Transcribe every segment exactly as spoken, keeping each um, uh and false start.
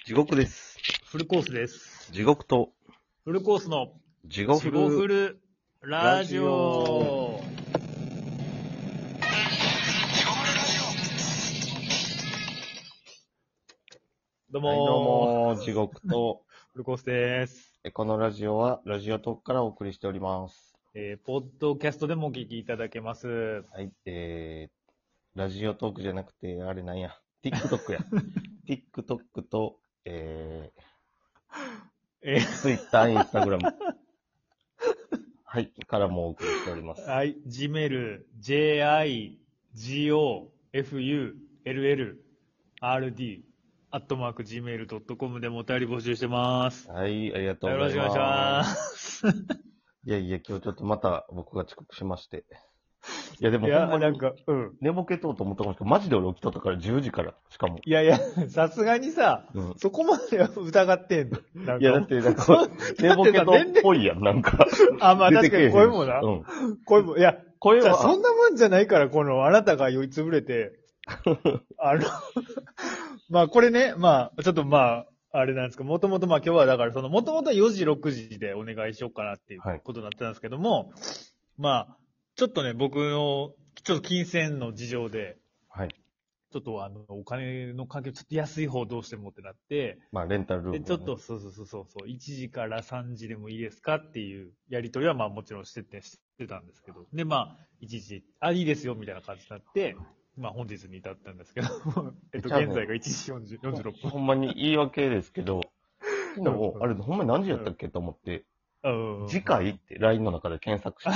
地獄です。 フルコースです。 地獄とフルコースの地獄地獄フルラジオ。どうもー。 はい、どうもー、地獄とフルコースです。 このラジオはラジオトークからお送りしております。 えー、ポッドキャストでもお聞きいただけます。 はい、えー、ラジオトークじゃなくて、あれなんや、TikTok や。TikTok と、ええー、Twitter、Instagram。はい、からもお送りしております。 はい、Gmail、ジェイアイジーオーエフユーエルエルアールディー アットマーク ジーメールドットコム でもお便り募集してます。 はい、ありがとうございよろしくお願いしま。 ますす。 いやいや、今日ちょっとまた僕が遅刻しまして。いや、でもいや、 ほんまになんか、うん。 寝ぼけとうと思ったんですけど、マジで俺起きとったからじゅうじから、しかも。 いやいや、さすがにさ、 うん。 そこまで疑ってんの。なんかいや、だって、なんか、寝ぼけとっぽいやん、なんか。 あ、まあ確かに声もな。 うん。 声も、いや、 声は、 じゃあそんなもんじゃないから、この、あなたが酔いつぶれて、あの、まあこれね、まあ、ちょっとまあ、あれなんですけど、もともとまあ今日はだから、その、もともとよじ、ろくじでお願いしようかなっていうはいことになってたんですけども、まあ、ちょっとね、僕の、ちょっと金銭の事情で、 はい。 ちょっとあの、お金の関係、ちょっと安い方どうしてもってなって、 まあ、レンタルルーム、 で、 ね。 ちょっと、そうそうそうそうそう、いちじからさんじでもいいですかっていうやりとりは、まあもちろんしてて、してたんですけど、で、まあ、いちじ、あ、いいですよ、みたいな感じになって、まあ本日に至ったんですけど、えっと、現在がいちじよんじゅう、よんじゅうろっぷん。 ほんまに言い訳ですけど、昨日、 うんあれ、ほんまに何時やったっけと思って、 うん次回って ライン の中で検索して。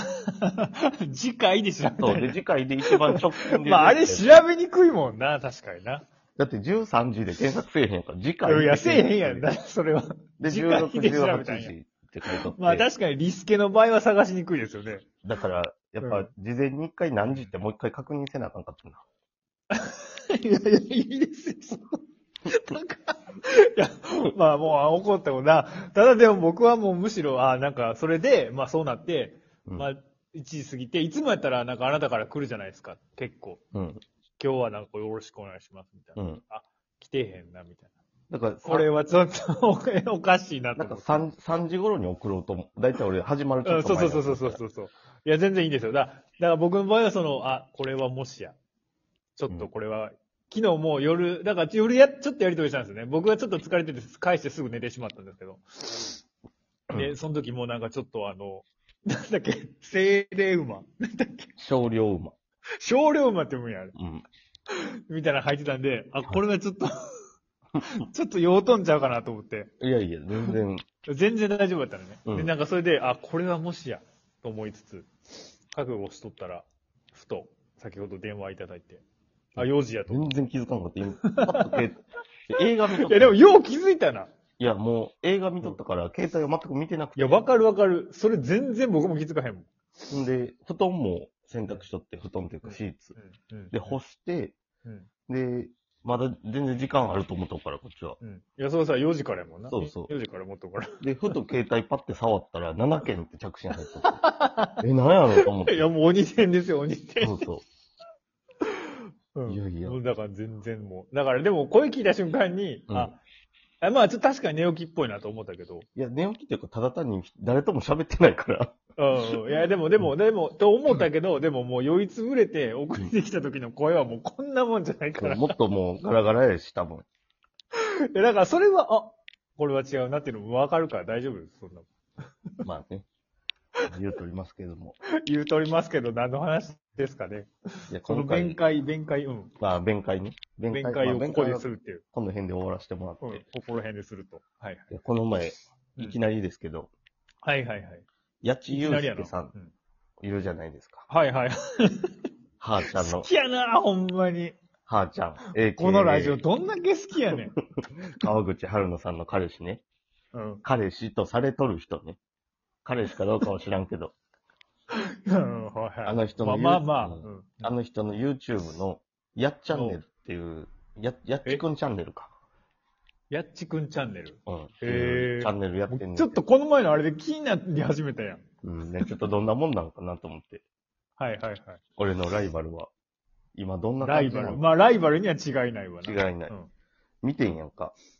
次回で調べたそう、で、次回で一番直近で。 まああれ調べにくいもんな、確かにな。 だってじゅうさんじで検索せえへんやんから、次回。 いや、せえへんやんだ、それは。 で、 次じゅうろく、 回で調じゅうはちべたんや。 時って書いとって。 まあ確かにリスケの場合は探しにくいですよね。 だから、やっぱ、事前に一回何時ってもう一回確認せなあかんかったな。 いやいや、いいですよ。なんか、いや、まあもう怒ったもんな。ただでも僕はもうむしろ、あなんかそれで、まあそうなって、 うん、 まあいちじ過ぎて、いつもやったらなんかあなたから来るじゃないですか、結構。 うん。 今日はなんかよろしくお願いします、みたいな。 うん。 あ、来てへんな、みたいだから、 な。これはちょっとおかしいなとなんか思って。 3、三時頃に送ろうと思う。だいたい俺始まるちょうん、 っと前そうそうそうそうそうそう。いや、全然いいんですよ。だだから僕の場合はその、あ、これはもしや。ちょっとこれは、昨日もう夜、だから夜や、ちょっとやりとりしたんですよね。僕はちょっと疲れてて、返してすぐ寝てしまったんですけど。で、その時もなんかちょっとあの、なんだっけ、精霊馬。なんだっけ、 少量馬。 少量馬って言うんや、あれ。 うん。 みたいなの入ってたんで、あ、これはちょっとちょっと用飛んじゃうかなと思って。 いやいや、全然。 全然大丈夫だったのね。 うん、 で、なんかそれで、あ、これはもしや、と思いつつ、覚悟しとったら、ふと、先ほど電話いただいて、あ、よじやと。 全然気づかんかった。今、パッとけ映画見とった。 いや、でもよう気づいたな。 いや、もう映画見とったから、携帯を全く見てなくて。 いや、わかるわかる。それ全然僕も気づかへんもん。 んで、布団も洗濯しとって、布団というかシーツ。 うんうん、 で、干して、 うん、 で、まだ全然時間あると思っとくから、こっちは。 うん。いや、そうさ、よじからやもんな。 そうそう。 よじから持っとくから。 で、ふと携帯パッて触ったら、ななけんって着信入っとった。え、なんやろと思って。 いや、もう鬼戦ですよ、鬼戦。 そうそう。 うん、 いやいや。 もうだから全然もう。だからでも声聞いた瞬間に、 うん、 あ、あまあちょっと確かに寝起きっぽいなと思ったけど。 いや、寝起きっていうか、ただ単に誰とも喋ってないから。 うん。いや、でも、でも、でも、と思ったけど、でももう酔いつぶれて送りてきた時の声はもうこんなもんじゃないから。 もっともうガラガラやし、多分。 いや、だからそれは、あ、これは違うなっていうのもわかるから大丈夫です、そんな。 まあね。言うとりますけども。 言うとおりますけど、何の話ですかね。 いや、 この弁解、弁解、うん。 まあ、弁解ね。 弁解をここでするっていう。 この辺で終わらせてもらって。 うん、ここら辺ですると。はいはい。 いやこの前、いきなりですけど、 はいはいはい。 八千祐いきなりやな。 介さん、 うん、 いるじゃないですか。 はいはい。 はーちゃんの好。きやな、ほんまに。 はーちゃん。えー、 このラジオどんだけ好きやねん。 川口春奈さんの彼氏ね。 うん。 彼氏とされとる人ね。彼氏かどうかは知らんけど。 うん、はいはい。 あの人の、 まあまあまあ。 うんうん、 あの人の YouTube の、やっチャンネルっていう、や、やっちくんチャンネルか。 やっちくんチャンネル。 うん。 へーチャンネルやってんねん。 ちょっとこの前のあれで気になり始めたやん。 うんね、ちょっとどんなもんなのかなと思って。 はいはいはい。 俺のライバルは。今どんなライバル。 感じなのまあライバルには違いないわな。 違いない。 うん、 見てんやんか。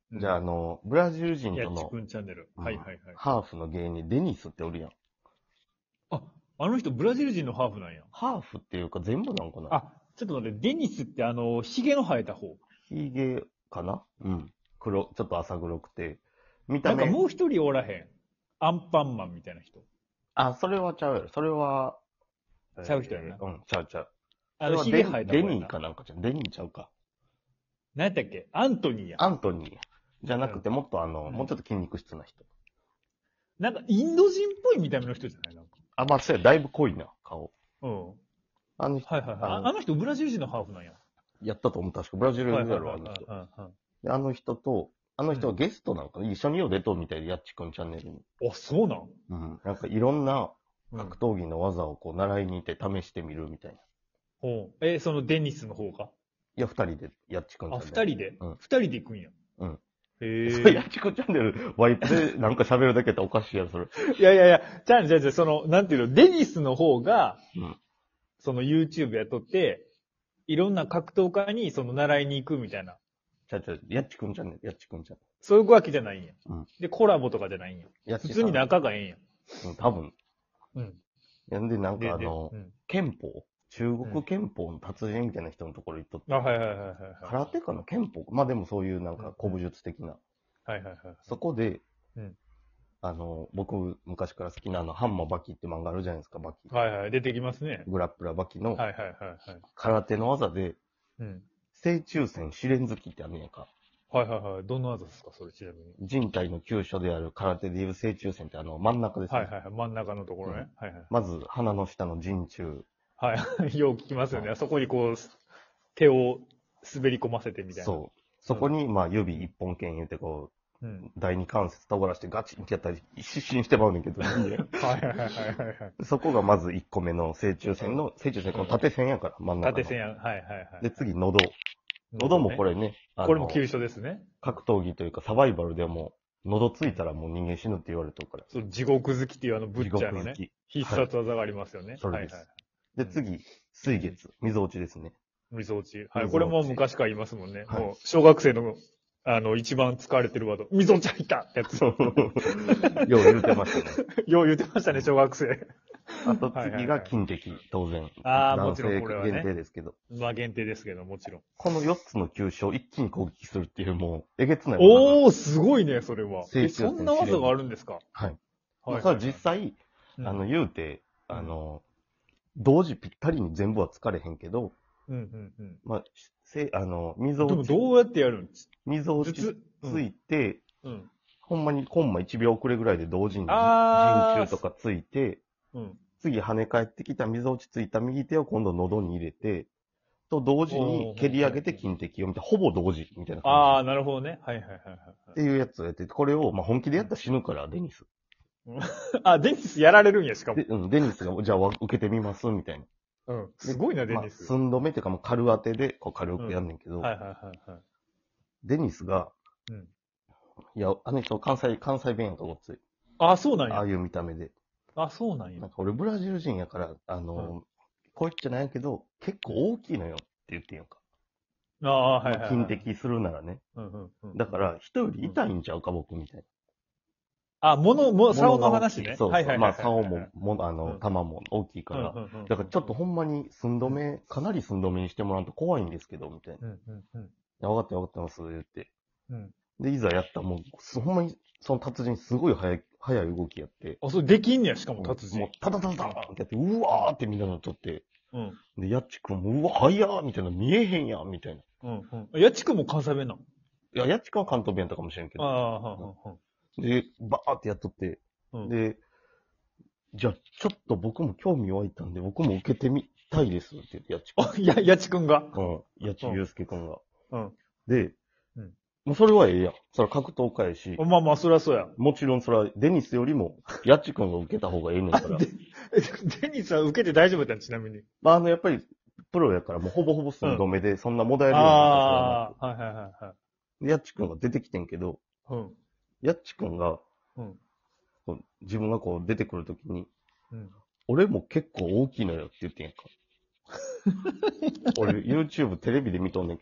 うんじゃあ、あの、ブラジル人やっちとのくんチャンネル。 うんはいはいはい。 ハーフの芸人、デニスっておるやん。 あ、あの人ブラジル人のハーフなんや。 ハーフっていうか全部なんかな。 あ、ちょっと待って、デニスってあの、髭の生えた方。 ヒゲかなうん。黒、ちょっと浅黒くて。見たなんか目、 もう一人おらへん。アンパンマンみたいな人。 あ、それはちゃうやろ。それは、 ちゃう人やなえーうん、ちゃうちゃう。 あの、 それは髭生えた方やなデデニー。かなんかじゃん。デニーちゃうか。 何やったっけアントニーや。 アントニー。じゃなくて、もっとあの、 うんもうちょっと筋肉質な人。 なんか、インド人っぽい見た目の人じゃないなんか。 あ、まあ、そうや、だいぶ濃いな、顔。 うん。 あの人、 はいはいはい。ああのあの人ブラジル人のハーフなんや。 やったと思う。確か、ブラジルやはいはいろ、 はいはいあの人。 はで、あの人と、あの人はゲストなんか、一緒によう出とうみたいで、やっちくんチャンネルに。 い。あ、そうなんうん。なんかいろんなうん。 格闘技の技をこう習いに行って試してみるみたいな。 ほうえ、そのデニスの方がいや、二人でやっちくんチあ、 ャンネル。 二人でうん二人で行くんや。 うん。 へそれやえ。 っちくんチャンネル、ワイプでなんか喋るだけやったらおかしいやろ、それ。 いやいやいや、じゃあじゃあじゃあその、なんていうの、デニスの方が、 うん。 その YouTube やっとって、いろんな格闘家にその習いに行くみたいな。 ちゃうちゃう、やっちくんチャンネル、やっちくんチャンそういうわけじゃないんや。 うんで、コラボとかじゃないんや。 ネル。やっち普通に仲がええんや。 うん、多分。 うん。 やんで、なんでかあので、うん憲法中国憲法の達人みたいな人のところ行っとって、 あ、はいはいはいはいはい。 空手かな憲法まあでもそういうなんか古武術的な。 はいはいはい。 そこで、 うんあの、僕昔から好きなあの、ハンマーバキって漫画あるじゃないですか、バキ。 はいはい、出てきますね。 グラップラーバキのはいはいはいはい。 空手の技で、 うん。 正中線試練突きってあんねやんか。 はいはいはい。どんな技ですか、それちなみに。 人体の急所である空手でいう正中線ってあの、真ん中ですね。 はいはいはい。真ん中のところね。はいはい。 まず、鼻の下の陣中。 はい。よう聞きますよね。 はそこにこう、手を滑り込ませてみたいな。 そう。そこに、まあ、指一本剣入れて、こう。うん。 う、第二関節尖らしてガチンってやったり、失神してまうねんけど、人間はいはいはいはいはい。 そこがまず一個目の正中線の、正中線、この縦線やから、真ん中の。 縦線や。はいはいはい。 で、次、喉。喉もこれね、あのこれも急所ですね。 格闘技というかサバイバルでも、喉ついたらもう人間死ぬって言われてるから。 そう、地獄好きっていうあのブッチャーのね、 地獄好き必殺技がありますよね。 それですはいはい。 で、次、水月。溝落ちですね。 みぞおち。はい。 みぞおちこれも昔から言いますもんね。 はいもう、小学生の、あの、一番使われてるワード。みぞおち入ったってやつ。 よう言うてましたね。 よう言ってましたね、小学生。 あとはいはいはい次が金敵、当然。 あー男もちろんこれはね性限定ですけど。 まあ限定ですけど、もちろん。 このよっつの急所を一気に攻撃するっていう、もう、えげつない技がおー、すごいね、それは。え、 成長そんな技があるんですかはい。まはい。 あそれは実際、 うんあの、言うて、あの、同時ぴったりに全部は疲れへんけど、 うんうんうん。 まあ、せあの、溝でも落ち、 どうやってやるん溝落ちずつついて、 うん。 ほんまにコンマいちびょう遅れぐらいで同時に陣あー中とかついて、 うん。 次跳ね返ってきた溝落ちついた右手を今度喉に入れて、と同時に蹴り上げて金敵を見て、ほぼ同時みたいなああ、 感なるほどね。はいはいはいはいじ。っていうやつをやってて、これを、まあ、本気でやったら死ぬから、デニス。 はい。あ、デニスやられるんや、しかもで、。うん、デニスが、じゃあ受けてみますみたいな。 うん。すごいな、デまあ、 ニス。 寸止めっていうか、もう軽当てで、こう軽くやんねんけど、 はいはいはいはい。 デニスが、 うん。 いや、あの人、関西、関西弁やんか、ごっつい。 あ、そうなんや。 ああいう見た目で。 あ、そうなんやなん。か俺、ブラジル人やから、あの、こう言っちゃないけど、結構大きいのよって言ってんやんか。 ああ、はいはいはい。 金敵するならね。 うんうんうん。 だから、人より痛いんちゃうか、僕みたいあ、もの、も、 な。 竿の話ね。 そうそう。 はいはいはいはい。 まあ、竿も、もあの、 うん弾も大きいから。 うんうんうん、 だから、ちょっとほんまに寸止め、かなり寸止めにしてもらうと怖いんですけど、みたいな。いうんうんうん。 や、分かって分かってます、言って。 うん。 で、いざやったらもう、すほんまに、その達人すごい速い、速い動きやって。 あ、それできんねや、しかも達人。 もう、タタタタタンってやって、うわーってみんなのとって。 うん。 で、やっちくんも、うわ、速ーみたいな、見えへんやんみたいな。 うんうん。やちくんも関西弁なのいや、やっちくんは関東弁やったかもしれんけど。 ああ、はんはんはん。 で、バーってやっとって、 うん。 で、じゃあ、ちょっと僕も興味湧いたんで、僕も受けてみたいですって言って、やっちくん。 あ、や、やちくんがうん。やっちゆうすけくんが。 うん。 で、 うんもうそれはええやん。それは格闘家やし、 まあまあ、そりゃそうや。 もちろんそれはデニスよりも、やっちくんが受けた方がええねんから。 でえデニスは受けて大丈夫だったんちなみに。 まあ、あの、やっぱり、プロやからもうほぼほぼ寸止めで、そんなもだえるようなああ、はいはいはいはい。 で、やっちくんが出てきてんけど、 うん。 やっちくんが、 うん。 こう自分がこう出てくるときに、 うん。 俺も結構大きいのよって言ってんやんか。俺、YouTube テレビで見とんねんけど、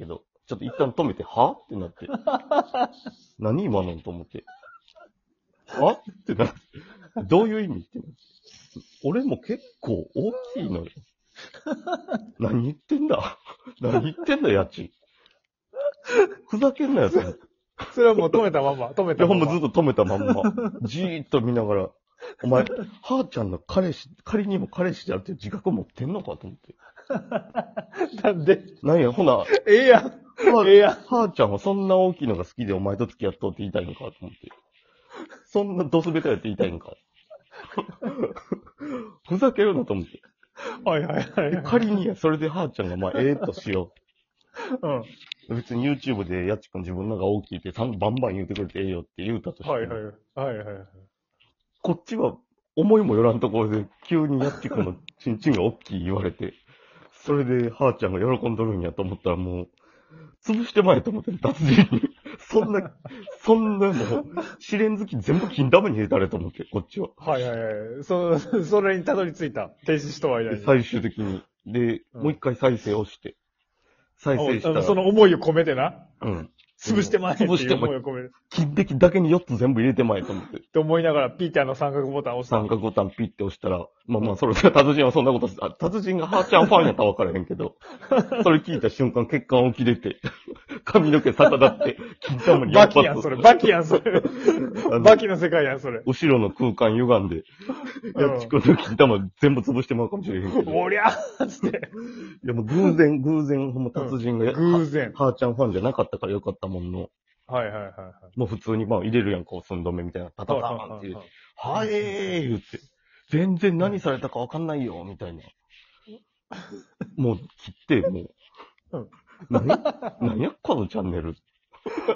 ちょっと一旦止めて、はってなって。何今のと思って。はってなって。どういう意味ってなって。俺も結構大きいのよ。何言ってんだ何言ってんだ、家賃。ふざけんなよ、それ。 それはもう止めたまま、止めいや、ほんたまま。 まずっと止めたまんま。じーっと見ながら、お前、はーちゃんの彼氏、仮にも彼氏であるっていう自覚持ってんのかと思って。 なんでなんや、ほな、 ええやん。 はええやん。 はーちゃんはそんな大きいのが好きでお前と付き合っとうって言いたいのかと思って。そんなドスベタやって言いたいのか。ふざけるなと思って。 はいはいはいはい。 仮にや、それではーちゃんがまあ、ええとしようん。 う。別に YouTube でやっちくん自分のが大きいってさんバンバン言うてくれてええよって言うたとしても、 はいはい。はいはいはい。 こっちは思いもよらんところで急にやっちくんのチンチンが大きい言われて、それではーちゃんが喜んどるんやと思ったらもう、潰してまえと思ってる、達人に。そんな、そんなもう、試練好き全部金玉に入れたれと思って、こっちは。 はいはいはい。そ、それにたどり着いた。停止しとは間に。 で最終的に。で、 うんもう一回再生をして。再生したら。 あその思いを込めてな。 うん。 潰してまえっていう潰してまえ思いを込める。 金的だけによっつ全部入れてまえと思って。 って思いながら、ピーターの三角ボタンを押した。 三角ボタンピッて押したら、まあまあ、それで達人はそんなことす、あ達人がはーちゃんファンやったら分からへんけど、それ聞いた瞬間血管起き出て、髪の毛逆立って、金玉にバキやん、それ。バキやん、それ。 あのバキの世界やん、それ。 後ろの空間歪んで、 うんやっちくんの金玉全部潰してもらうかもしれへんけど。 おりゃーっつって。 いやもう偶然、偶然、ほんま達人がや、 偶然。 はーちゃんファンじゃなかったからよかったもんの、 はいはいはいはい。 もう普通にまあ入れるやん、こう寸止めみたいな、タタターンって入れて、はえー言って、全然何されたかわかんないよ、みたいな。もう切って、もう。 うん何何やこのチャンネル。